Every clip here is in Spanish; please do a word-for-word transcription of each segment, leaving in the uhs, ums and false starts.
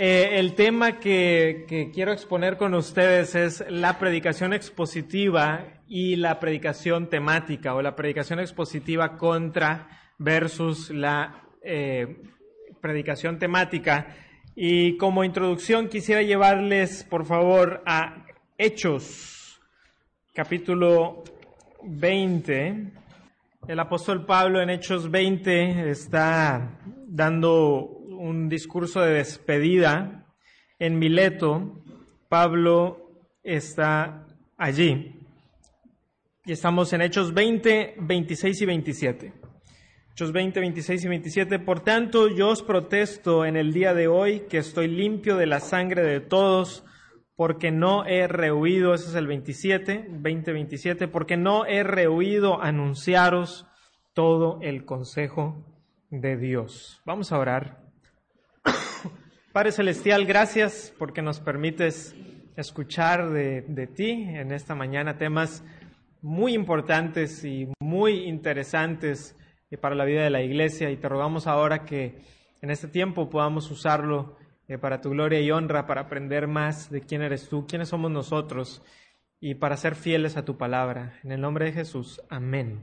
Eh, el tema que, que quiero exponer con ustedes es la predicación expositiva y la predicación temática, o la predicación expositiva contra versus la eh, predicación temática. Y como introducción quisiera llevarles, por favor, a Hechos, capítulo veinte. El apóstol Pablo en Hechos veinte está dando un discurso de despedida en Mileto. Pablo está allí. Y estamos en Hechos veinte, veintiséis y veintisiete. Hechos veinte, veintiséis y veintisiete. Por tanto, yo os protesto en el día de hoy que estoy limpio de la sangre de todos, porque no he rehuido, ese es el veintisiete, veinte, veintisiete, porque no he rehuido anunciaros todo el consejo de Dios. Vamos a orar. Padre Celestial, gracias porque nos permites escuchar de, de ti en esta mañana temas muy importantes y muy interesantes para la vida de la iglesia, y te rogamos ahora que en este tiempo podamos usarlo eh, para tu gloria y honra, para aprender más de quién eres tú, quiénes somos nosotros, y para ser fieles a tu palabra. En el nombre de Jesús, amén.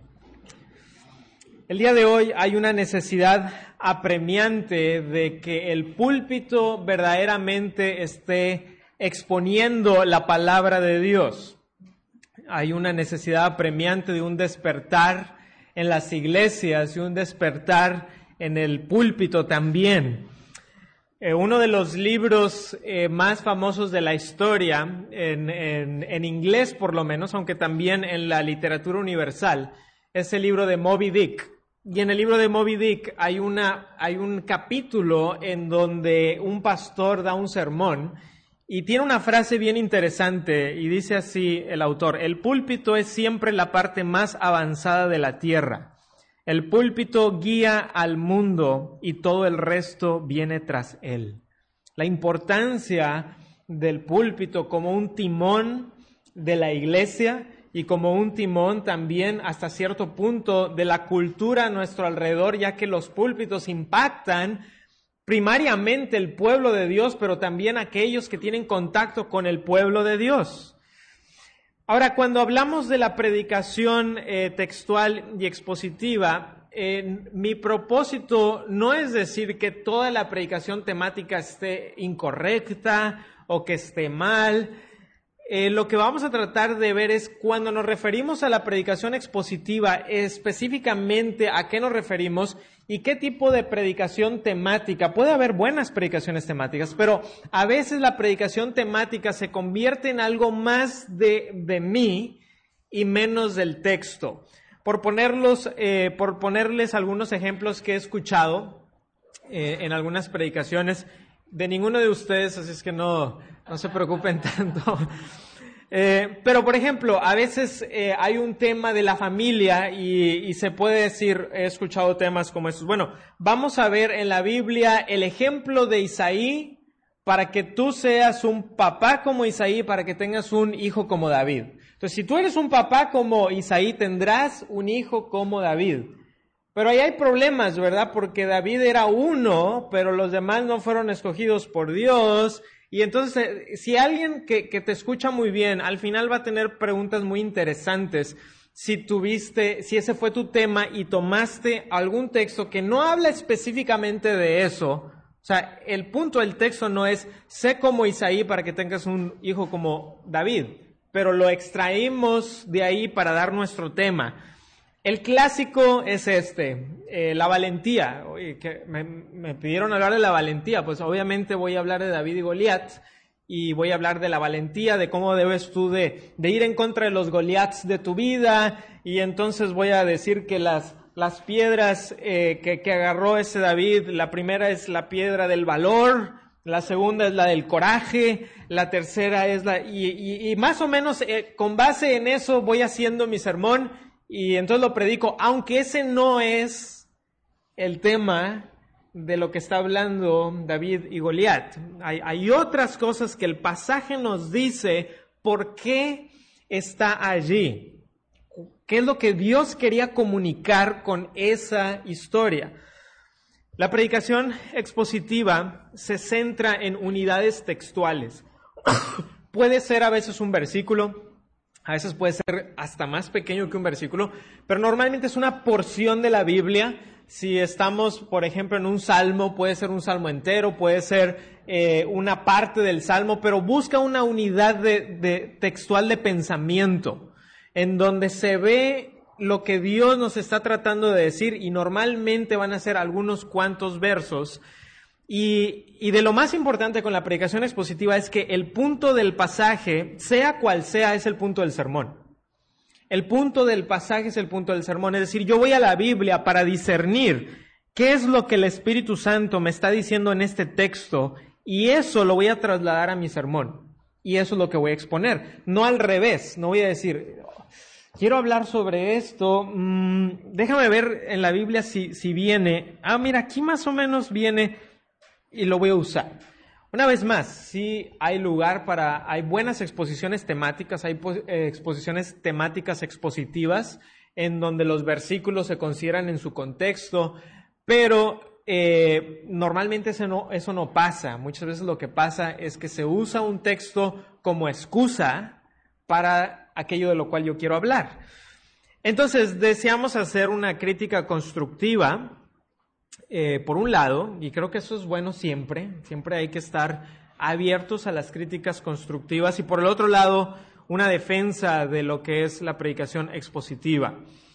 El día de hoy hay una necesidad apremiante de que el púlpito verdaderamente esté exponiendo la palabra de Dios. Hay una necesidad apremiante de un despertar en las iglesias y un despertar en el púlpito también. Eh, uno de los libros eh, más famosos de la historia, en, en, en inglés por lo menos, aunque también en la literatura universal, es el libro de Moby Dick. Y en el libro de Moby Dick hay, una, hay un capítulo en donde un pastor da un sermón y tiene una frase bien interesante, y dice así el autor: el púlpito es siempre la parte más avanzada de la tierra. El púlpito guía al mundo y todo el resto viene tras él. La importancia del púlpito como un timón de la iglesia y como un timón también hasta cierto punto de la cultura a nuestro alrededor, ya que los púlpitos impactan primariamente el pueblo de Dios, pero también aquellos que tienen contacto con el pueblo de Dios. Ahora, cuando hablamos de la predicación eh, textual y expositiva, eh, mi propósito no es decir que toda la predicación temática esté incorrecta o que esté mal. Eh, lo que vamos a tratar de ver es, cuando nos referimos a la predicación expositiva, específicamente a qué nos referimos y qué tipo de predicación temática. Puede haber buenas predicaciones temáticas, pero a veces la predicación temática se convierte en algo más de, de mí y menos del texto. Por ponerlos, eh, por ponerles algunos ejemplos que he escuchado eh, en algunas predicaciones, de ninguno de ustedes, así es que no, no se preocupen tanto. Eh, pero, por ejemplo, a veces eh, hay un tema de la familia y, y se puede decir, he escuchado temas como estos. Bueno, vamos a ver en la Biblia el ejemplo de Isaí para que tú seas un papá como Isaí, para que tengas un hijo como David. Entonces, si tú eres un papá como Isaí, tendrás un hijo como David. Pero ahí hay problemas, ¿verdad? Porque David era uno, pero los demás no fueron escogidos por Dios. Y entonces, si alguien que, que te escucha muy bien, al final va a tener preguntas muy interesantes. Si tuviste, si ese fue tu tema y tomaste algún texto que no habla específicamente de eso. O sea, el punto del texto no es, sé como Isaí para que tengas un hijo como David. Pero lo extraímos de ahí para dar nuestro tema. El clásico es este, eh, la valentía. Oye, que me, me pidieron hablar de la valentía, pues obviamente voy a hablar de David y Goliat, y voy a hablar de la valentía, de cómo debes tú de, de ir en contra de los Goliats de tu vida, y entonces voy a decir que las, las piedras eh, que, que agarró ese David, la primera es la piedra del valor, la segunda es la del coraje, la tercera es la... Y, y, y más o menos eh, con base en eso voy haciendo mi sermón, y entonces lo predico, aunque ese no es el tema de lo que está hablando David y Goliat. Hay, hay otras cosas que el pasaje nos dice por qué está allí. ¿Qué es lo que Dios quería comunicar con esa historia? La predicación expositiva se centra en unidades textuales. Puede ser a veces un versículo, a veces puede ser hasta más pequeño que un versículo, pero normalmente es una porción de la Biblia. Si estamos, por ejemplo, en un salmo, puede ser un salmo entero, puede ser eh, una parte del salmo, pero busca una unidad de, de, textual de pensamiento, en donde se ve lo que Dios nos está tratando de decir, y normalmente van a ser algunos cuantos versos. Y, y de lo más importante con la predicación expositiva es que el punto del pasaje, sea cual sea, es el punto del sermón. El punto del pasaje es el punto del sermón. Es decir, yo voy a la Biblia para discernir qué es lo que el Espíritu Santo me está diciendo en este texto, y eso lo voy a trasladar a mi sermón. Y eso es lo que voy a exponer. No al revés. No voy a decir, quiero hablar sobre esto, mmm, déjame ver en la Biblia si, si viene. Ah, mira, aquí más o menos viene y lo voy a usar. Una vez más, sí hay lugar para, hay buenas exposiciones temáticas, hay eh, exposiciones temáticas expositivas en donde los versículos se consideran en su contexto, pero eh, normalmente eso no, eso no pasa. Muchas veces lo que pasa es que se usa un texto como excusa para aquello de lo cual yo quiero hablar. Entonces, deseamos hacer una crítica constructiva. Eh, por un lado, y creo que eso es bueno siempre, siempre hay que estar abiertos a las críticas constructivas, y por el otro lado, una defensa de lo que es la predicación expositiva.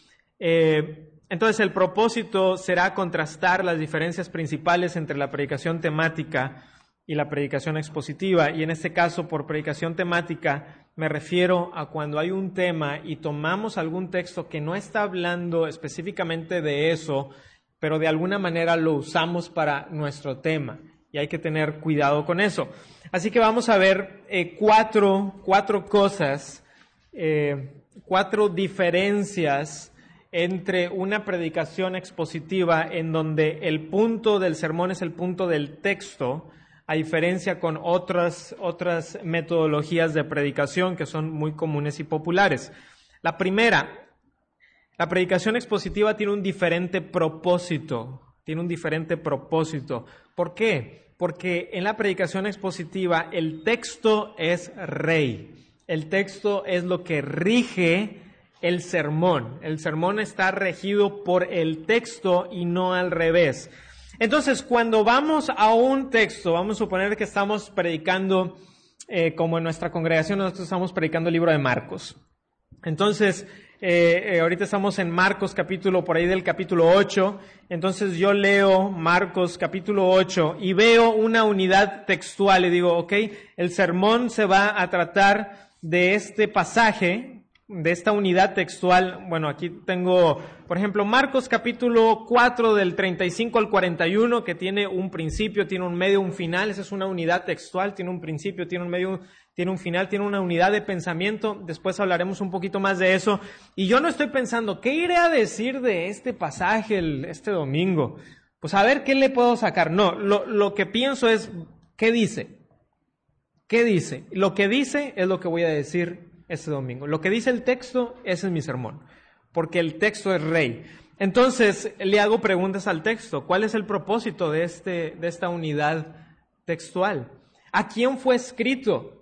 Eh, entonces, el propósito será contrastar las diferencias principales entre la predicación temática y la predicación expositiva, y en este caso, por predicación temática, me refiero a cuando hay un tema y tomamos algún texto que no está hablando específicamente de eso, pero de alguna manera lo usamos para nuestro tema, y hay que tener cuidado con eso. Así que vamos a ver eh, cuatro, cuatro cosas, eh, cuatro diferencias entre una predicación expositiva en donde el punto del sermón es el punto del texto, a diferencia con otras, otras metodologías de predicación que son muy comunes y populares. La primera, la predicación expositiva tiene un diferente propósito, tiene un diferente propósito. ¿Por qué? Porque en la predicación expositiva el texto es rey, el texto es lo que rige el sermón. El sermón está regido por el texto y no al revés. Entonces, cuando vamos a un texto, vamos a suponer que estamos predicando, eh, como en nuestra congregación, nosotros estamos predicando el libro de Marcos. Entonces, Eh, eh, ahorita estamos en Marcos capítulo, por ahí del capítulo ocho, entonces yo leo Marcos capítulo ocho y veo una unidad textual y digo, ok, el sermón se va a tratar de este pasaje, de esta unidad textual. Bueno, aquí tengo, por ejemplo, Marcos capítulo cuatro del treinta y cinco al cuarenta y uno, que tiene un principio, tiene un medio, un final. Esa es una unidad textual, tiene un principio, tiene un medio, tiene un final, tiene una unidad de pensamiento. Después hablaremos un poquito más de eso. Y yo no estoy pensando, ¿qué iré a decir de este pasaje el, este domingo? Pues a ver qué le puedo sacar. No, lo, lo que pienso es, ¿qué dice? ¿Qué dice? Lo que dice es lo que voy a decir este domingo. Lo que dice el texto, ese es mi sermón, porque el texto es rey. Entonces, le hago preguntas al texto. ¿Cuál es el propósito de, este, de esta unidad textual? ¿A quién fue escrito?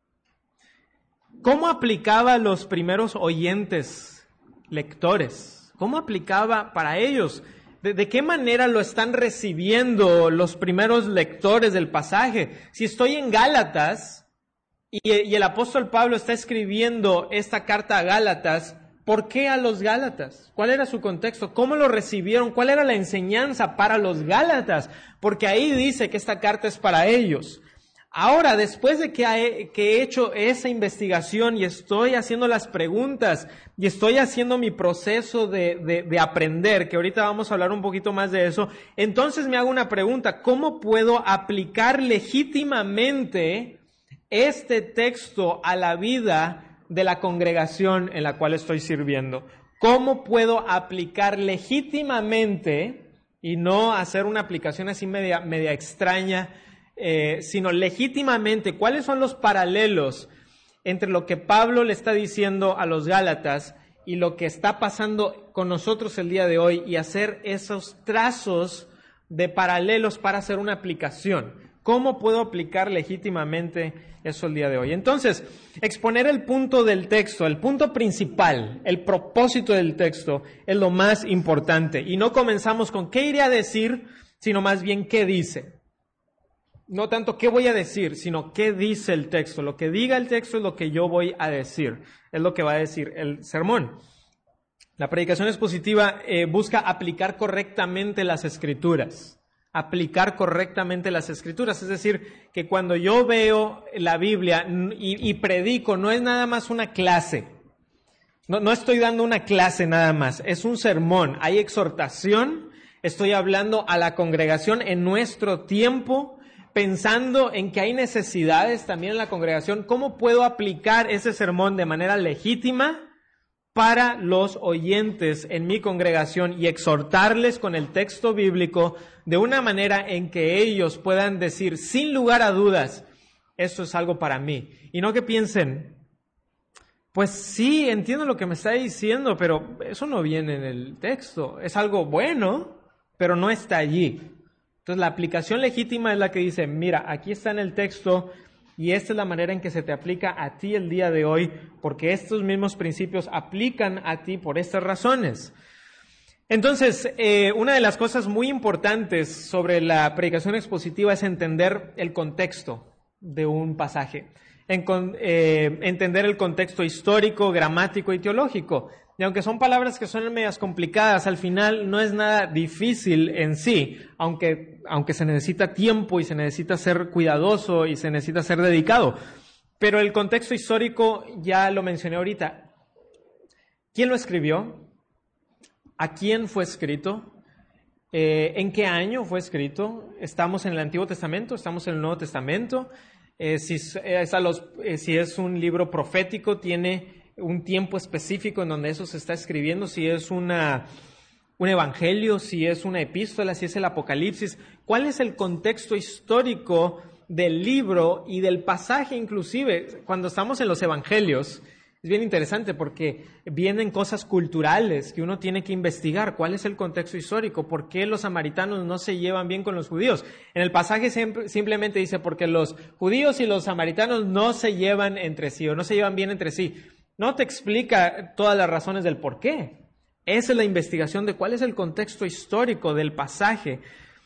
¿Cómo aplicaba a los primeros oyentes, lectores? ¿Cómo aplicaba para ellos? ¿De, de qué manera lo están recibiendo los primeros lectores del pasaje? Si estoy en Gálatas y, y el apóstol Pablo está escribiendo esta carta a Gálatas, ¿por qué a los Gálatas? ¿Cuál era su contexto? ¿Cómo lo recibieron? ¿Cuál era la enseñanza para los Gálatas? Porque ahí dice que esta carta es para ellos. Ahora, después de que he, que he hecho esa investigación y estoy haciendo las preguntas y estoy haciendo mi proceso de, de, de aprender, que ahorita vamos a hablar un poquito más de eso, entonces me hago una pregunta: ¿cómo puedo aplicar legítimamente este texto a la vida de la congregación en la cual estoy sirviendo? ¿Cómo puedo aplicar legítimamente y no hacer una aplicación así media, media extraña, Eh, sino legítimamente? ¿Cuáles son los paralelos entre lo que Pablo le está diciendo a los Gálatas y lo que está pasando con nosotros el día de hoy, y hacer esos trazos de paralelos para hacer una aplicación. ¿Cómo puedo aplicar legítimamente eso el día de hoy? Entonces, exponer el punto del texto, el punto principal, el propósito del texto es lo más importante. Y no comenzamos con qué iré a decir, sino más bien qué dice. No tanto qué voy a decir, sino qué dice el texto. Lo que diga el texto es lo que yo voy a decir, es lo que va a decir el sermón. La predicación expositiva eh, busca aplicar correctamente las Escrituras. Aplicar correctamente las Escrituras. Es decir, que cuando yo veo la Biblia y, y predico, no es nada más una clase. No, no estoy dando una clase nada más, es un sermón. Hay exhortación, estoy hablando a la congregación en nuestro tiempo, pensando en que hay necesidades también en la congregación. ¿Cómo puedo aplicar ese sermón de manera legítima para los oyentes en mi congregación y exhortarles con el texto bíblico de una manera en que ellos puedan decir sin lugar a dudas, esto es algo para mí? Y no que piensen, pues sí, entiendo lo que me está diciendo, pero eso no viene en el texto. Es algo bueno, pero no está allí. Entonces la aplicación legítima es la que dice, mira, aquí está en el texto, y esta es la manera en que se te aplica a ti el día de hoy, porque estos mismos principios aplican a ti por estas razones. Entonces, eh, una de las cosas muy importantes sobre la predicación expositiva es entender el contexto de un pasaje, en con, eh, entender el contexto histórico, gramático y teológico. Y aunque son palabras que son medias complicadas, al final no es nada difícil en sí, aunque, aunque se necesita tiempo y se necesita ser cuidadoso y se necesita ser dedicado. Pero el contexto histórico ya lo mencioné ahorita. ¿Quién lo escribió? ¿A quién fue escrito? Eh, ¿En qué año fue escrito? ¿Estamos en el Antiguo Testamento? ¿Estamos en el Nuevo Testamento? Eh, si, es a los, eh, si es un libro profético, tiene un tiempo específico en donde eso se está escribiendo, si es una, un evangelio, si es una epístola, si es el Apocalipsis. ¿Cuál es el contexto histórico del libro y del pasaje inclusive? Cuando estamos en los evangelios, es bien interesante porque vienen cosas culturales que uno tiene que investigar. ¿Cuál es el contexto histórico? ¿Por qué los samaritanos no se llevan bien con los judíos? En el pasaje siempre, simplemente dice porque los judíos y los samaritanos no se llevan entre sí o no se llevan bien entre sí. No te explica todas las razones del por qué. Esa es la investigación de cuál es el contexto histórico del pasaje.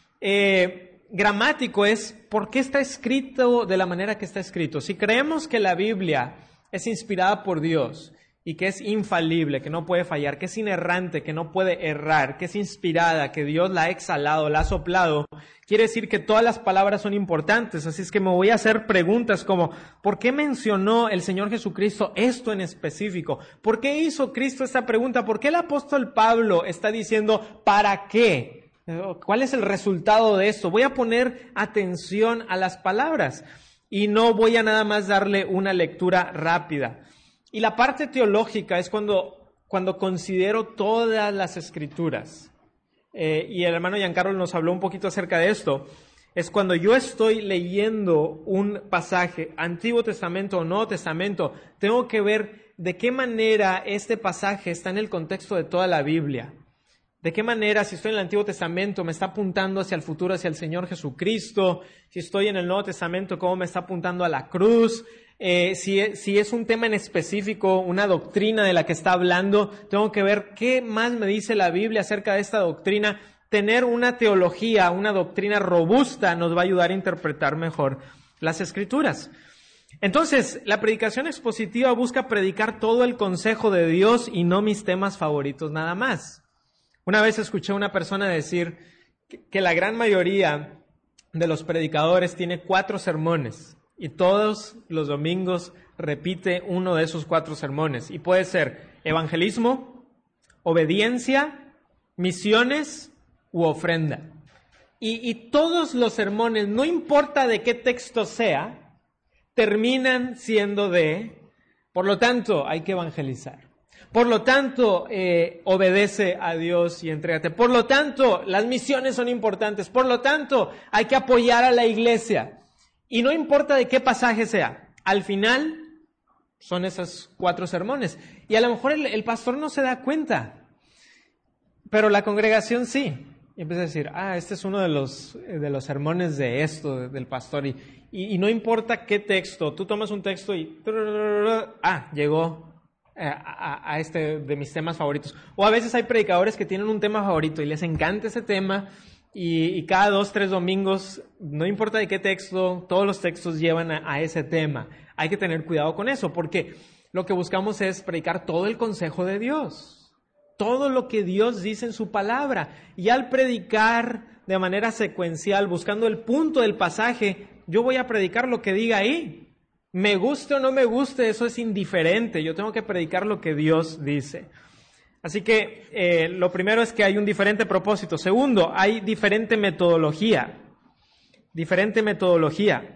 Eh, gramático es por qué está escrito de la manera que está escrito. Si creemos que la Biblia es inspirada por Dios y que es infalible, que no puede fallar, que es inerrante, que no puede errar, que es inspirada, que Dios la ha exhalado, la ha soplado, quiere decir que todas las palabras son importantes. Así es que me voy a hacer preguntas como, ¿por qué mencionó el Señor Jesucristo esto en específico? ¿Por qué hizo Cristo esta pregunta? ¿Por qué el apóstol Pablo está diciendo, ¿para qué? ¿Cuál es el resultado de esto? Voy a poner atención a las palabras y no voy a nada más darle una lectura rápida. Y la parte teológica es cuando, cuando considero todas las Escrituras. Eh, y el hermano Giancarlo nos habló un poquito acerca de esto. Es cuando yo estoy leyendo un pasaje, Antiguo Testamento o Nuevo Testamento, tengo que ver de qué manera este pasaje está en el contexto de toda la Biblia. De qué manera, si estoy en el Antiguo Testamento, me está apuntando hacia el futuro, hacia el Señor Jesucristo. Si estoy en el Nuevo Testamento, cómo me está apuntando a la cruz. Eh, si, si es un tema en específico, una doctrina de la que está hablando, tengo que ver qué más me dice la Biblia acerca de esta doctrina. Tener una teología, una doctrina robusta nos va a ayudar a interpretar mejor las Escrituras. Entonces, la predicación expositiva busca predicar todo el consejo de Dios y no mis temas favoritos nada más. Una vez escuché a una persona decir que, que la gran mayoría de los predicadores tiene cuatro sermones. Y todos los domingos repite uno de esos cuatro sermones. Y puede ser evangelismo, obediencia, misiones u ofrenda. Y, y todos los sermones, no importa de qué texto sea, terminan siendo de, por lo tanto, hay que evangelizar. Por lo tanto, eh, obedece a Dios y entrégate. Por lo tanto, las misiones son importantes. Por lo tanto, hay que apoyar a la iglesia. Y no importa de qué pasaje sea, al final son esos cuatro sermones. Y a lo mejor el, el pastor no se da cuenta, pero la congregación sí. Y empieza a decir, ah, este es uno de los, de los sermones de esto, de, del pastor. Y, y, y no importa qué texto, tú tomas un texto y... Ah, llegó a, a, a este de mis temas favoritos. O a veces hay predicadores que tienen un tema favorito y les encanta ese tema y, y cada dos, tres domingos, no importa de qué texto, todos los textos llevan a, a ese tema. Hay que tener cuidado con eso porque lo que buscamos es predicar todo el consejo de Dios. Todo lo que Dios dice en su palabra. Y al predicar de manera secuencial, buscando el punto del pasaje, yo voy a predicar lo que diga ahí. Me guste o no me guste, eso es indiferente. Yo tengo que predicar lo que Dios dice. Así que eh, lo primero es que hay un diferente propósito. Segundo, hay diferente metodología. Diferente metodología.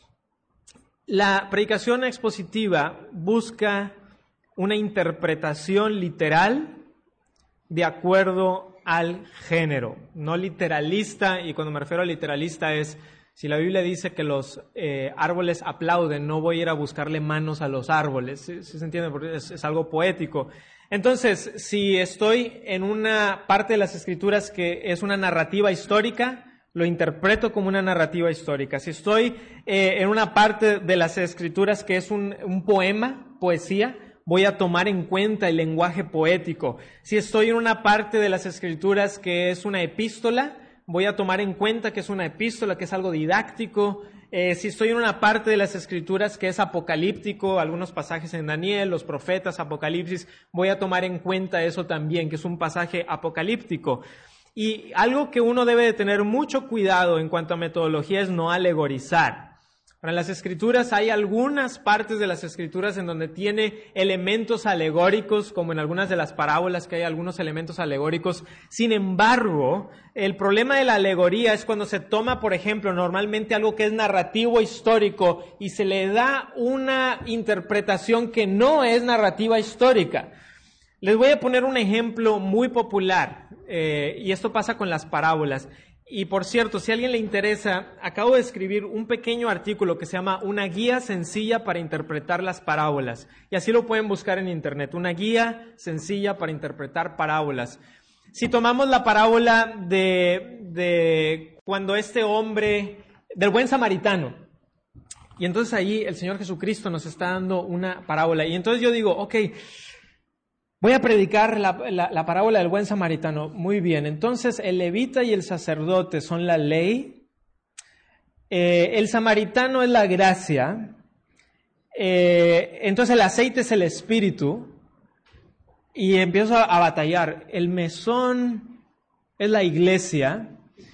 La predicación expositiva busca una interpretación literal de acuerdo al género, no literalista, y cuando me refiero a literalista es, si la Biblia dice que los eh, árboles aplauden, no voy a ir a buscarle manos a los árboles, ¿sí, sí se entiende? Porque es, es algo poético. Entonces, si estoy en una parte de las Escrituras que es una narrativa histórica, lo interpreto como una narrativa histórica. Si estoy eh, en una parte de las Escrituras que es un, un poema, poesía, voy a tomar en cuenta el lenguaje poético. Si estoy en una parte de las Escrituras que es una epístola, voy a tomar en cuenta que es una epístola, que es algo didáctico. Eh, si estoy en una parte de las Escrituras que es apocalíptico, algunos pasajes en Daniel, los profetas, Apocalipsis, voy a tomar en cuenta eso también, que es un pasaje apocalíptico. Y algo que uno debe de tener mucho cuidado en cuanto a metodología es no alegorizar. En las Escrituras hay algunas partes de las Escrituras en donde tiene elementos alegóricos, como en algunas de las parábolas que hay algunos elementos alegóricos. Sin embargo, el problema de la alegoría es cuando se toma, por ejemplo, normalmente algo que es narrativo histórico y se le da una interpretación que no es narrativa histórica. Les voy a poner un ejemplo muy popular, eh, y esto pasa con las parábolas. Y por cierto, si a alguien le interesa, acabo de escribir un pequeño artículo que se llama Una guía sencilla para interpretar las parábolas. Y así lo pueden buscar en internet, una guía sencilla para interpretar parábolas. Si tomamos la parábola de, de cuando este hombre, del buen samaritano, y entonces ahí el Señor Jesucristo nos está dando una parábola. Y entonces yo digo, ok, voy a predicar la, la, la parábola del buen samaritano. Muy bien, entonces el levita y el sacerdote son la ley, eh, el samaritano es la gracia, eh, entonces el aceite es el espíritu, y empiezo a, a batallar. El mesón es la iglesia,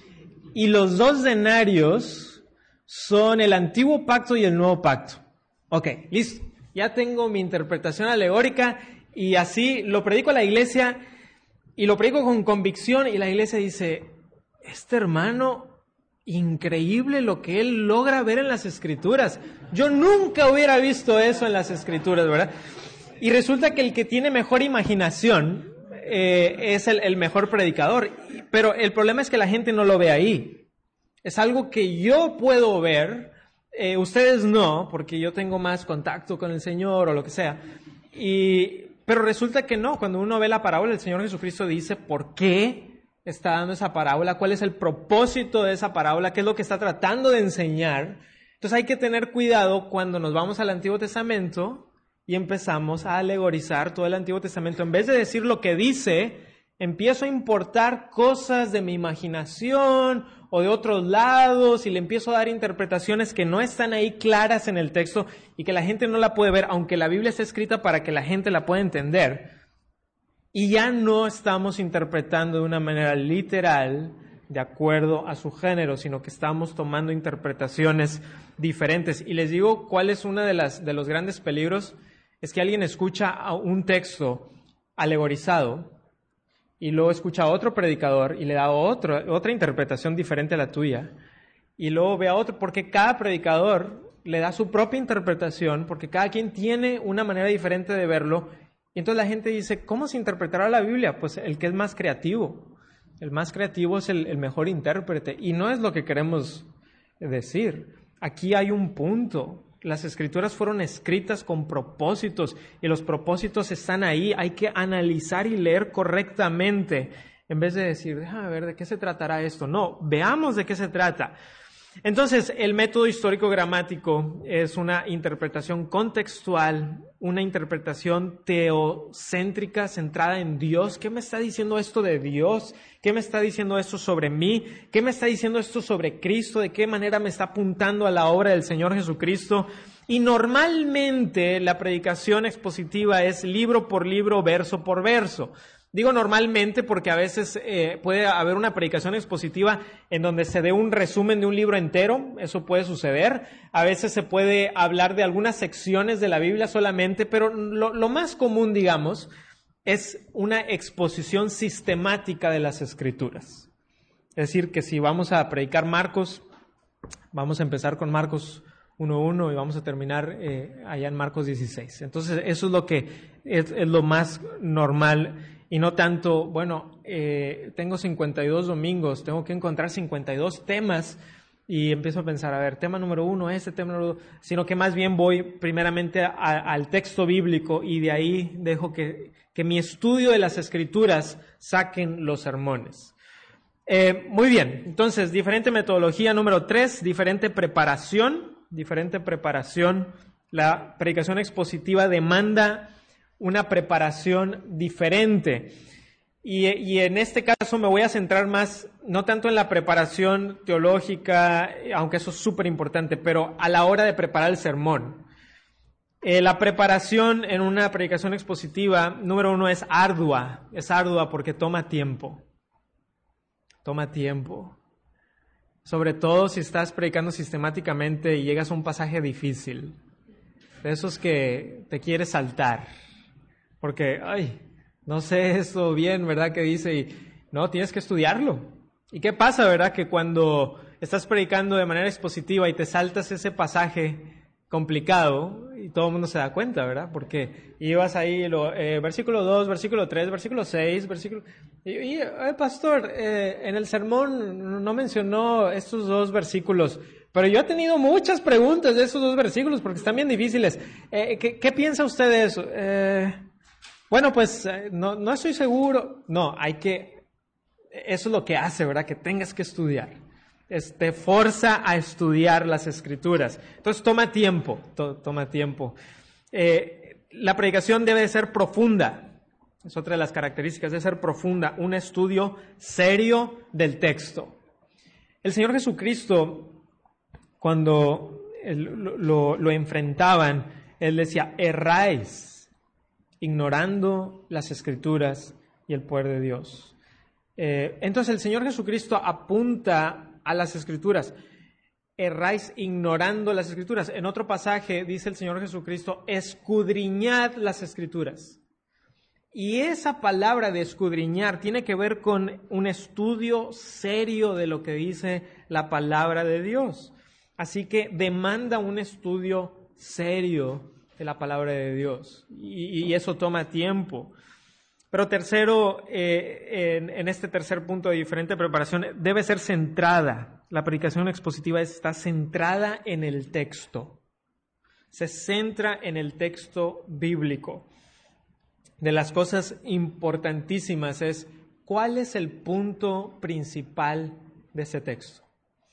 y los dos denarios son el antiguo pacto y el nuevo pacto. Ok, listo, ya tengo mi interpretación alegórica. Y así lo predico a la iglesia y lo predico con convicción y la iglesia dice, este hermano, increíble lo que él logra ver en las Escrituras. Yo nunca hubiera visto eso en las Escrituras, ¿verdad? Y resulta que el que tiene mejor imaginación eh, es el, el mejor predicador. Pero el problema es que la gente no lo ve ahí. Es algo que yo puedo ver, eh, ustedes no, porque yo tengo más contacto con el Señor o lo que sea. Y... Pero resulta que no, cuando uno ve la parábola, el Señor Jesucristo dice por qué está dando esa parábola, cuál es el propósito de esa parábola, qué es lo que está tratando de enseñar. Entonces hay que tener cuidado cuando nos vamos al Antiguo Testamento y empezamos a alegorizar todo el Antiguo Testamento. En vez de decir lo que dice, empiezo a importar cosas de mi imaginación o de otros lados y le empiezo a dar interpretaciones que no están ahí claras en el texto y que la gente no la puede ver, aunque la Biblia está escrita para que la gente la pueda entender. Y ya no estamos interpretando de una manera literal de acuerdo a su género, sino que estamos tomando interpretaciones diferentes. Y les digo cuál es uno de, las, de los grandes peligros, es que alguien escucha un texto alegorizado y luego escucha a otro predicador y le da otro, otra interpretación diferente a la tuya. Y luego ve a otro, porque cada predicador le da su propia interpretación, porque cada quien tiene una manera diferente de verlo. Y entonces la gente dice, ¿cómo se interpretará la Biblia? Pues el que es más creativo. El más creativo es el, el mejor intérprete. Y no es lo que queremos decir. Aquí hay un punto. Las Escrituras fueron escritas con propósitos y los propósitos están ahí. Hay que analizar y leer correctamente En vez de decir, déjame ver de qué se tratará esto. No, veamos de qué se trata. Entonces, el método histórico gramático es una interpretación contextual, una interpretación teocéntrica centrada en Dios. ¿Qué me está diciendo esto de Dios? ¿Qué me está diciendo esto sobre mí? ¿Qué me está diciendo esto sobre Cristo? ¿De qué manera me está apuntando a la obra del Señor Jesucristo? Y normalmente la predicación expositiva es libro por libro, verso por verso. Digo normalmente porque a veces eh, puede haber una predicación expositiva en donde se dé un resumen de un libro entero, eso puede suceder. A veces se puede hablar de algunas secciones de la Biblia solamente, pero lo, lo más común, digamos, es una exposición sistemática de las Escrituras. Es decir, que si vamos a predicar Marcos, vamos a empezar con Marcos uno uno y vamos a terminar eh, allá en Marcos dieciséis. Entonces, eso es lo que es, es lo más normal. Y no tanto, bueno, eh, tengo cincuenta y dos domingos, tengo que encontrar cincuenta y dos temas y empiezo a pensar, a ver, tema número uno, este tema número dos, sino que más bien voy primeramente a, al texto bíblico y de ahí dejo que, que mi estudio de las Escrituras saquen los sermones. Eh, muy bien, entonces, diferente metodología. Número tres, diferente preparación, diferente preparación. La predicación expositiva demanda una preparación diferente. Y, y en este caso me voy a centrar más, no tanto en la preparación teológica, aunque eso es súper importante, pero a la hora de preparar el sermón. Eh, la preparación en una predicación expositiva, número uno, es ardua. Es ardua porque toma tiempo. Toma tiempo. Sobre todo si estás predicando sistemáticamente y llegas a un pasaje difícil. De esos que te quieres saltar. Porque, ay, no sé esto bien, ¿verdad? Que dice, y no, tienes que estudiarlo. ¿Y qué pasa, verdad? Que cuando estás predicando de manera expositiva y te saltas ese pasaje complicado, y todo el mundo se da cuenta, ¿verdad? Porque ibas ahí, lo, eh, versículo dos, versículo tres, versículo seis, versículo... Y, y eh, pastor, eh, en el sermón no mencionó estos dos versículos, pero yo he tenido muchas preguntas de esos dos versículos porque están bien difíciles. Eh, ¿qué, ¿Qué piensa usted de eso? Eh... Bueno, pues no, no estoy seguro. No, hay que, eso es lo que hace, ¿verdad? Que tengas que estudiar. Es, te forza a estudiar las Escrituras. Entonces toma tiempo, to, toma tiempo. Eh, la predicación debe de ser profunda. Es otra de las características, debe ser profunda. Un estudio serio del texto. El Señor Jesucristo, cuando lo, lo, lo enfrentaban, Él decía, erráis, ignorando las Escrituras y el poder de Dios. Eh, entonces el Señor Jesucristo apunta a las Escrituras. Erráis ignorando las Escrituras. En otro pasaje dice el Señor Jesucristo, escudriñad las Escrituras. Y esa palabra de escudriñar tiene que ver con un estudio serio de lo que dice la palabra de Dios. Así que demanda un estudio serio de la palabra de Dios, y, y eso toma tiempo. Pero tercero, eh, en, en este tercer punto de diferente preparación, debe ser centrada. La predicación expositiva está centrada en el texto. Se centra en el texto bíblico. De las cosas importantísimas es, ¿cuál es el punto principal de ese texto?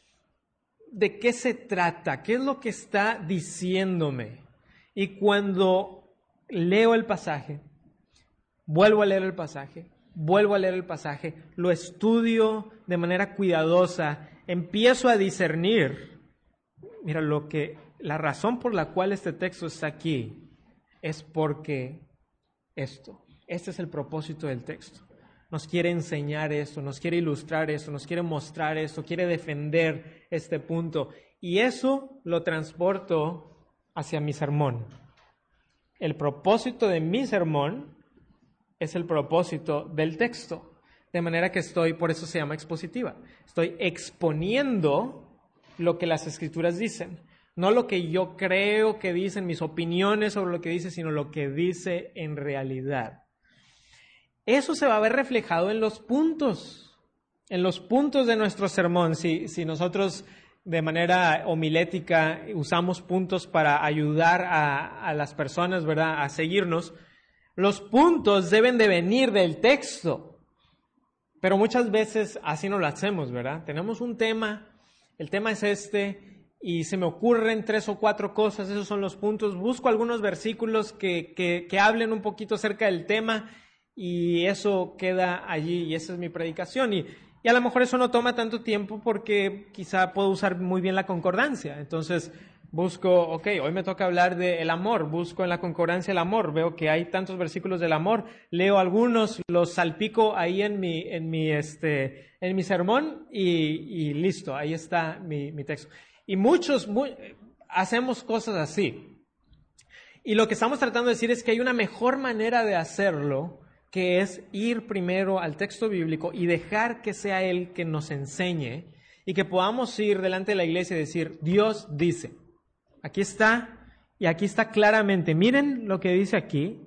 ¿De qué se trata? ¿Qué es lo que está diciéndome? Y cuando leo el pasaje, vuelvo a leer el pasaje, vuelvo a leer el pasaje, lo estudio de manera cuidadosa, empiezo a discernir, mira, lo que, la razón por la cual este texto está aquí es porque esto, este es el propósito del texto. Nos quiere enseñar esto, nos quiere ilustrar esto, nos quiere mostrar esto, quiere defender este punto. Y eso lo transporto hacia mi sermón. El propósito de mi sermón es el propósito del texto. De manera que estoy, por eso se llama expositiva. Estoy exponiendo lo que las Escrituras dicen. No lo que yo creo que dicen, mis opiniones sobre lo que dice, sino lo que dice en realidad. Eso se va a ver reflejado en los puntos, en los puntos de nuestro sermón. Si, si nosotros de manera homilética usamos puntos para ayudar a, a las personas, ¿verdad?, a seguirnos, los puntos deben de venir del texto. Pero muchas veces así no lo hacemos, ¿verdad? Tenemos un tema, el tema es este, y se me ocurren tres o cuatro cosas, esos son los puntos. Busco algunos versículos que, que, que hablen un poquito acerca del tema y eso queda allí y esa es mi predicación. Y, y a lo mejor eso no toma tanto tiempo porque quizá puedo usar muy bien la concordancia. Entonces busco, ok, hoy me toca hablar del amor, busco en la concordancia el amor, veo que hay tantos versículos del amor, leo algunos, los salpico ahí en mi, en mi, este, en mi sermón y, y listo, ahí está mi, mi texto. Y muchos muy, hacemos cosas así. Y lo que estamos tratando de decir es que hay una mejor manera de hacerlo, que es ir primero al texto bíblico y dejar que sea Él que nos enseñe y que podamos ir delante de la iglesia y decir, Dios dice, aquí está y aquí está claramente. Miren lo que dice aquí.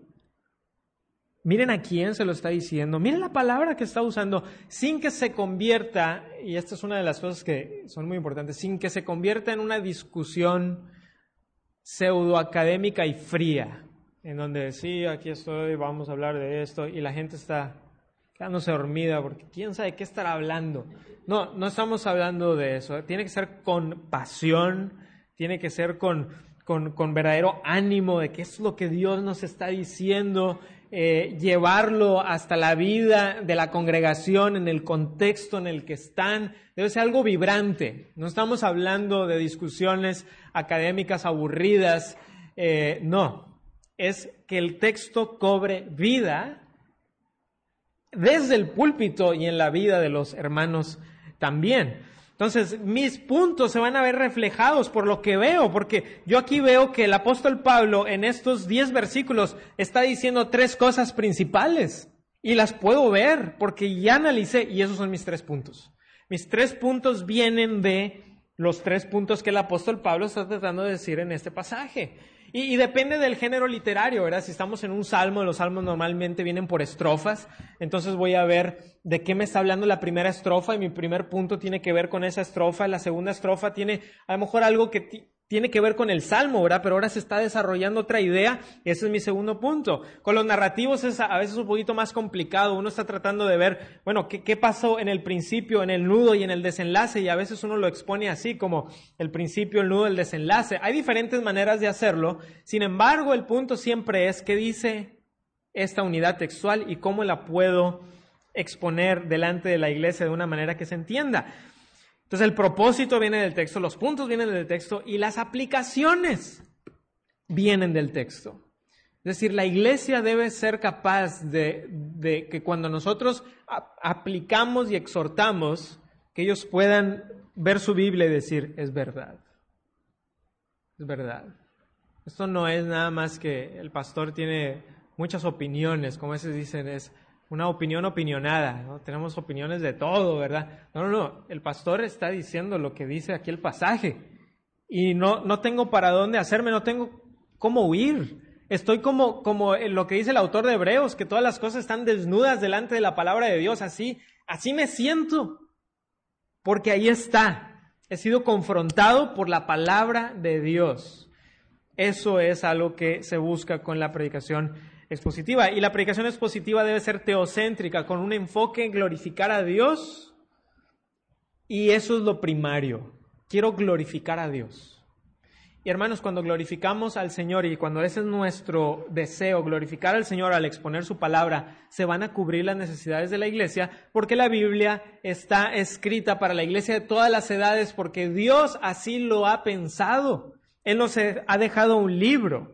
Miren a quién se lo está diciendo. Miren la palabra que está usando sin que se convierta, y esta es una de las cosas que son muy importantes, sin que se convierta en una discusión pseudoacadémica y fría, en donde sí, aquí estoy, vamos a hablar de esto, y la gente está quedándose dormida porque quién sabe qué estará hablando. No, no estamos hablando de eso. Tiene que ser con pasión, tiene que ser con, con, con verdadero ánimo de qué es lo que Dios nos está diciendo, eh, llevarlo hasta la vida de la congregación en el contexto en el que están. Debe ser algo vibrante. No estamos hablando de discusiones académicas aburridas, eh, no. Es que el texto cobre vida desde el púlpito y en la vida de los hermanos también. Entonces, mis puntos se van a ver reflejados por lo que veo, porque yo aquí veo que el apóstol Pablo en estos diez versículos está diciendo tres cosas principales y las puedo ver porque ya analicé y esos son mis tres puntos. Mis tres puntos vienen de los tres puntos que el apóstol Pablo está tratando de decir en este pasaje. Y, y depende del género literario, ¿verdad? Si estamos en un salmo, los salmos normalmente vienen por estrofas, entonces voy a ver de qué me está hablando la primera estrofa y mi primer punto tiene que ver con esa estrofa, la segunda estrofa tiene a lo mejor algo que t- tiene que ver con el salmo, ¿verdad? Pero ahora se está desarrollando otra idea y ese es mi segundo punto. Con los narrativos es a veces un poquito más complicado, uno está tratando de ver, bueno, ¿qué, qué pasó en el principio, en el nudo y en el desenlace? Y a veces uno lo expone así, como el principio, el nudo, el desenlace. Hay diferentes maneras de hacerlo, sin embargo, el punto siempre es qué dice esta unidad textual y cómo la puedo exponer delante de la iglesia de una manera que se entienda. Entonces el propósito viene del texto, los puntos vienen del texto y las aplicaciones vienen del texto. Es decir, la iglesia debe ser capaz de, de que cuando nosotros a- aplicamos y exhortamos, que ellos puedan ver su Biblia y decir, es verdad, es verdad. Esto no es nada más que el pastor tiene muchas opiniones, como a veces dicen, es una opinión opinionada, ¿no? Tenemos opiniones de todo, ¿verdad? No, no, no, el pastor está diciendo lo que dice aquí el pasaje y no, no tengo para dónde hacerme, no tengo cómo huir. Estoy como, como en lo que dice el autor de Hebreos, que todas las cosas están desnudas delante de la palabra de Dios, así, así me siento, porque ahí está, he sido confrontado por la palabra de Dios. Eso es algo que se busca con la predicación expositiva. Y la predicación expositiva debe ser teocéntrica, con un enfoque en glorificar a Dios. Y eso es lo primario. Quiero glorificar a Dios. Y hermanos, cuando glorificamos al Señor y cuando ese es nuestro deseo, glorificar al Señor al exponer su palabra, se van a cubrir las necesidades de la iglesia, porque la Biblia está escrita para la iglesia de todas las edades, porque Dios así lo ha pensado. Él nos ha dejado un libro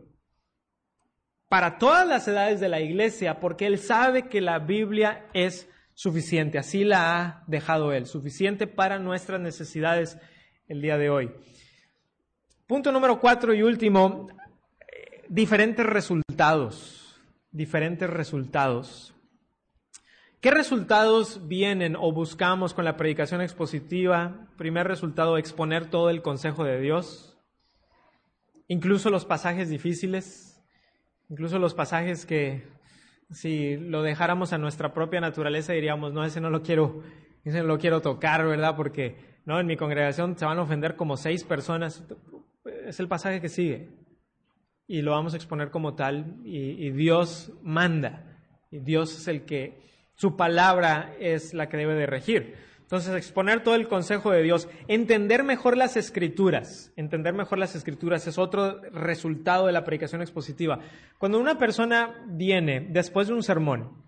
para todas las edades de la iglesia, porque Él sabe que la Biblia es suficiente. Así la ha dejado Él, suficiente para nuestras necesidades el día de hoy. Punto número cuatro y último, eh, diferentes resultados. Diferentes resultados. ¿Qué resultados vienen o buscamos con la predicación expositiva? Primer resultado, exponer todo el consejo de Dios. Incluso los pasajes difíciles, incluso los pasajes que si lo dejáramos a nuestra propia naturaleza diríamos, no, ese no lo quiero, ese no lo quiero tocar, ¿verdad? Porque no, en mi congregación se van a ofender como seis personas. Es el pasaje que sigue y lo vamos a exponer como tal y, y Dios manda y Dios es el que Su palabra es la que debe de regir. Entonces, exponer todo el consejo de Dios, entender mejor las Escrituras, entender mejor las Escrituras es otro resultado de la predicación expositiva. Cuando una persona viene después de un sermón,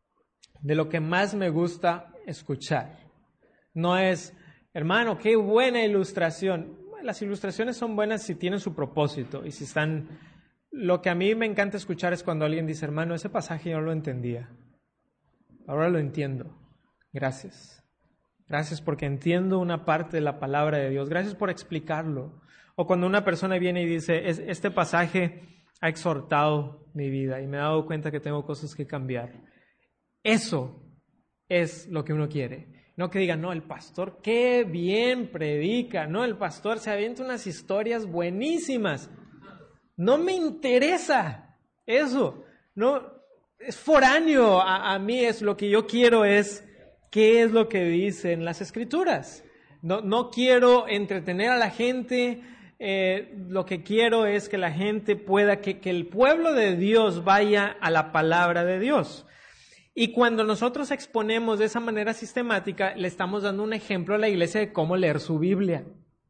de lo que más me gusta escuchar, no es, hermano, qué buena ilustración. Las ilustraciones son buenas si tienen su propósito y si están... Lo que a mí me encanta escuchar es cuando alguien dice, hermano, ese pasaje yo no lo entendía. Ahora lo entiendo. Gracias. Gracias porque entiendo una parte de la palabra de Dios. Gracias por explicarlo. O cuando una persona viene y dice, este pasaje ha exhortado mi vida y me he dado cuenta que tengo cosas que cambiar. Eso es lo que uno quiere. No que digan, no, el pastor qué bien predica. No, el pastor se avienta unas historias buenísimas. No me interesa eso. No, es foráneo a, a mí. Es lo que yo quiero es qué es lo que dicen las Escrituras. No, no quiero entretener a la gente. Eh, lo que quiero es que la gente pueda, que, que el pueblo de Dios vaya a la palabra de Dios. Y cuando nosotros exponemos de esa manera sistemática, le estamos dando un ejemplo a la iglesia de cómo leer su Biblia.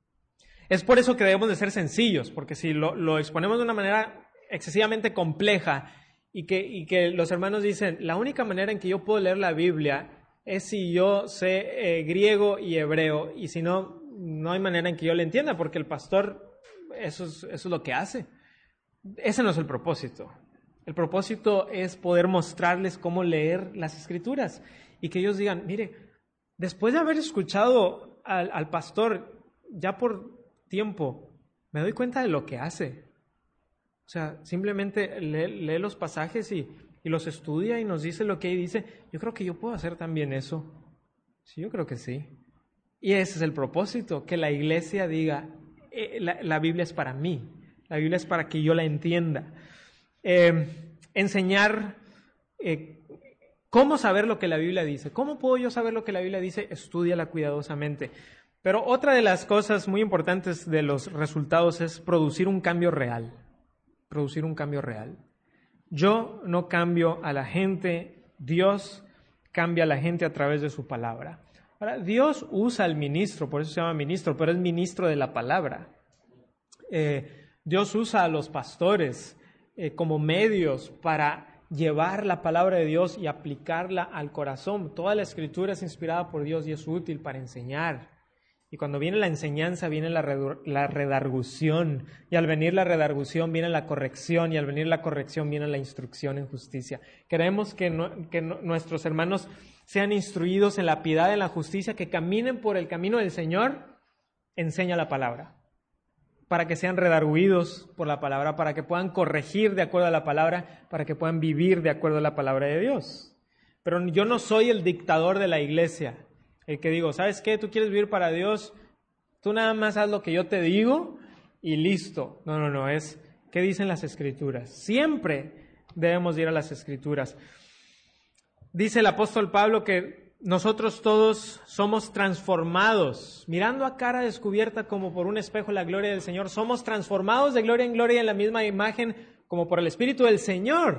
Es por eso que debemos de ser sencillos, porque si lo, lo exponemos de una manera excesivamente compleja y que, y que los hermanos dicen, la única manera en que yo puedo leer la Biblia es si yo sé eh, griego y hebreo, y si no, no hay manera en que yo le entienda, porque el pastor, eso es, eso es lo que hace. Ese no es el propósito. El propósito es poder mostrarles cómo leer las Escrituras y que ellos digan, mire, después de haber escuchado al, al pastor ya por tiempo, me doy cuenta de lo que hace. O sea, simplemente lee, lee los pasajes y, y los estudia y nos dice lo que ahí dice. Yo creo que yo puedo hacer también eso. Sí, yo creo que sí. Y ese es el propósito, que la iglesia diga, eh, la, la Biblia es para mí, la Biblia es para que yo la entienda. Eh, enseñar eh, cómo saber lo que la Biblia dice. ¿Cómo puedo yo saber lo que la Biblia dice? Estúdiala cuidadosamente. Pero otra de las cosas muy importantes de los resultados es producir un cambio real. Producir un cambio real. Yo no cambio a la gente, Dios cambia a la gente a través de su palabra. Ahora, Dios usa al ministro, por eso se llama ministro, pero es ministro de la palabra. Eh, Dios usa a los pastores Eh, como medios para llevar la palabra de Dios y aplicarla al corazón. Toda la Escritura es inspirada por Dios y es útil para enseñar. Y cuando viene la enseñanza, viene la, redu- la redargución. Y al venir la redargución, viene la corrección. Y al venir la corrección, viene la instrucción en justicia. Queremos que, no, que no, nuestros hermanos sean instruidos en la piedad, en la justicia, que caminen por el camino del Señor. Enseña la palabra, para que sean redarguidos por la palabra, para que puedan corregir de acuerdo a la palabra, para que puedan vivir de acuerdo a la palabra de Dios. Pero yo no soy el dictador de la iglesia, el que digo, ¿sabes qué? Tú quieres vivir para Dios, tú nada más haz lo que yo te digo y listo. No, no, no, es ¿qué dicen las Escrituras? Siempre debemos ir a las Escrituras. Dice el apóstol Pablo que nosotros todos somos transformados, mirando a cara descubierta como por un espejo la gloria del Señor. Somos transformados de gloria en gloria en la misma imagen como por el Espíritu del Señor.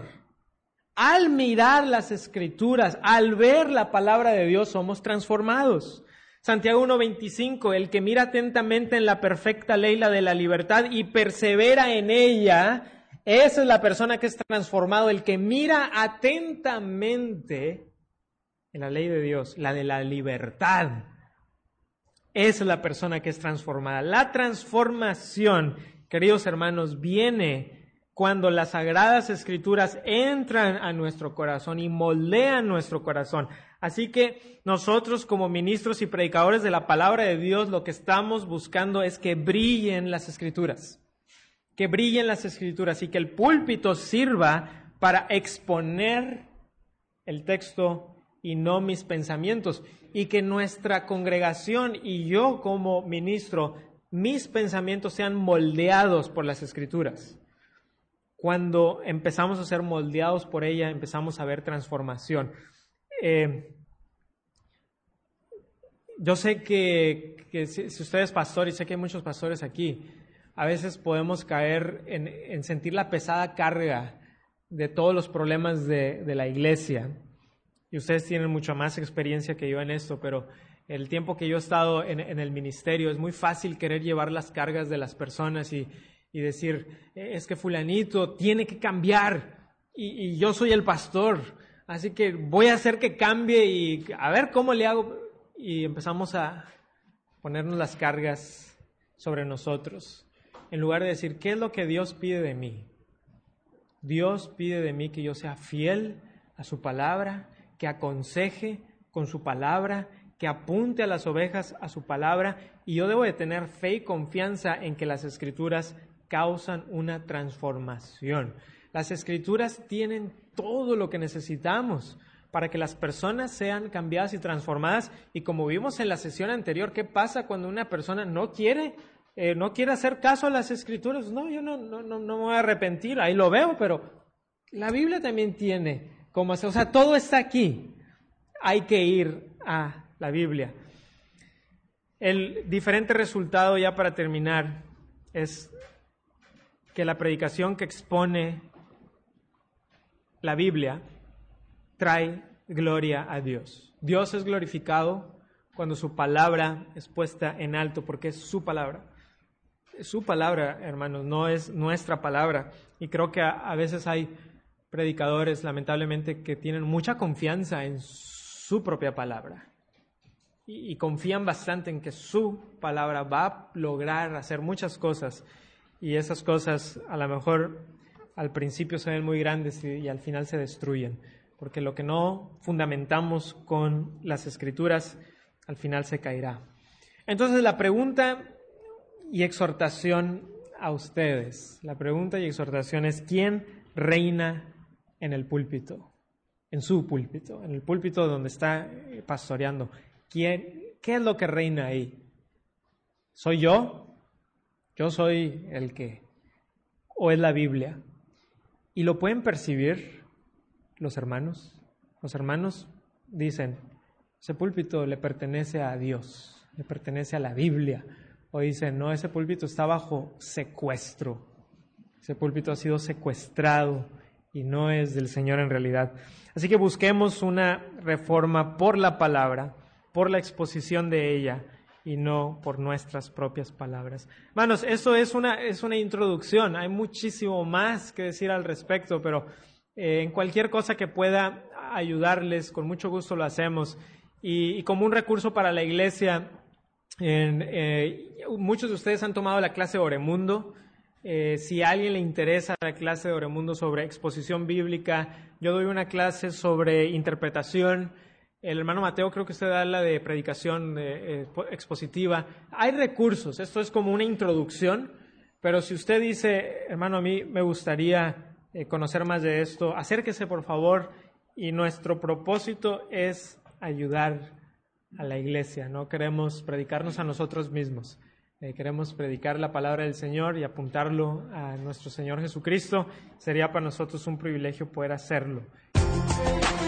Al mirar las Escrituras, al ver la palabra de Dios, somos transformados. Santiago uno veinticinco, el que mira atentamente en la perfecta ley, la de la libertad, y persevera en ella, esa es la persona que es transformado. El que mira atentamente en la ley de Dios, la de la libertad, esa es la persona que es transformada. La transformación, queridos hermanos, viene cuando las Sagradas Escrituras entran a nuestro corazón y moldean nuestro corazón. Así que nosotros como ministros y predicadores de la palabra de Dios, lo que estamos buscando es que brillen las Escrituras, que brillen las Escrituras y que el púlpito sirva para exponer el texto y no mis pensamientos, y que nuestra congregación y yo como ministro, mis pensamientos sean moldeados por las Escrituras. Cuando empezamos a ser moldeados por ella, empezamos a ver transformación. Eh, yo sé que, que si, si usted es pastor, y sé que hay muchos pastores aquí, a veces podemos caer en, en sentir la pesada carga de todos los problemas de, de la iglesia. y ustedes tienen mucha más experiencia que yo en esto, pero el tiempo que yo he estado en, en el ministerio es muy fácil querer llevar las cargas de las personas y, y decir, es que fulanito tiene que cambiar y, y yo soy el pastor, así que voy a hacer que cambie y a ver cómo le hago. Y empezamos a ponernos las cargas sobre nosotros, en lugar de decir, ¿qué es lo que Dios pide de mí? Dios pide de mí que yo sea fiel a su palabra, que aconseje con su palabra, que apunte a las ovejas a su palabra, y yo debo de tener fe y confianza en que las Escrituras causan una transformación. Las Escrituras tienen todo lo que necesitamos para que las personas sean cambiadas y transformadas, y como vimos en la sesión anterior, ¿qué pasa cuando una persona no quiere, eh, no quiere hacer caso a las Escrituras? No, yo no, no, no, no me voy a arrepentir, ahí lo veo, pero la Biblia también tiene cómo hacer, o sea, todo está aquí, hay que ir a la Biblia. El diferente resultado, ya para terminar, es que la predicación que expone la Biblia trae gloria a Dios. Dios es glorificado cuando su palabra es puesta en alto, porque es su palabra. Es su palabra, hermanos, no es nuestra palabra. Y creo que a, a veces hay predicadores, lamentablemente, que tienen mucha confianza en su propia palabra. Y, y confían bastante en que su palabra va a lograr hacer muchas cosas. Y esas cosas, a lo mejor, al principio se ven muy grandes y, y al final se destruyen. Porque lo que no fundamentamos con las Escrituras, al final se caerá. Entonces la pregunta y exhortación a ustedes, la pregunta y exhortación es, ¿quién reina en el púlpito? En su púlpito, en el púlpito donde está pastoreando. ¿Quién, ¿Qué es lo que reina ahí? ¿Soy yo? ¿Yo soy el que? ¿O es la Biblia? ¿Y lo pueden percibir los hermanos? Los hermanos dicen, ese púlpito le pertenece a Dios, le pertenece a la Biblia. O dicen, no, ese púlpito está bajo secuestro. Ese púlpito ha sido secuestrado y no es del Señor en realidad. Así que busquemos una reforma por la palabra, por la exposición de ella y no por nuestras propias palabras. Hermanos, eso es una, es una introducción. Hay muchísimo más que decir al respecto, pero eh, en cualquier cosa que pueda ayudarles, con mucho gusto lo hacemos. Y, y como un recurso para la iglesia, en, eh, muchos de ustedes han tomado la clase de Oremundo. Eh, si a alguien le interesa la clase de Oremundo sobre exposición bíblica, yo doy una clase sobre interpretación. El hermano Mateo creo que usted da la de predicación eh, eh, expositiva. Hay recursos, esto es como una introducción, pero si usted dice, hermano, a mí me gustaría eh, conocer más de esto, acérquese por favor, y nuestro propósito es ayudar a la iglesia, no queremos predicarnos a nosotros mismos. Eh, queremos predicar la palabra del Señor y apuntarlo a nuestro Señor Jesucristo. Sería para nosotros un privilegio poder hacerlo.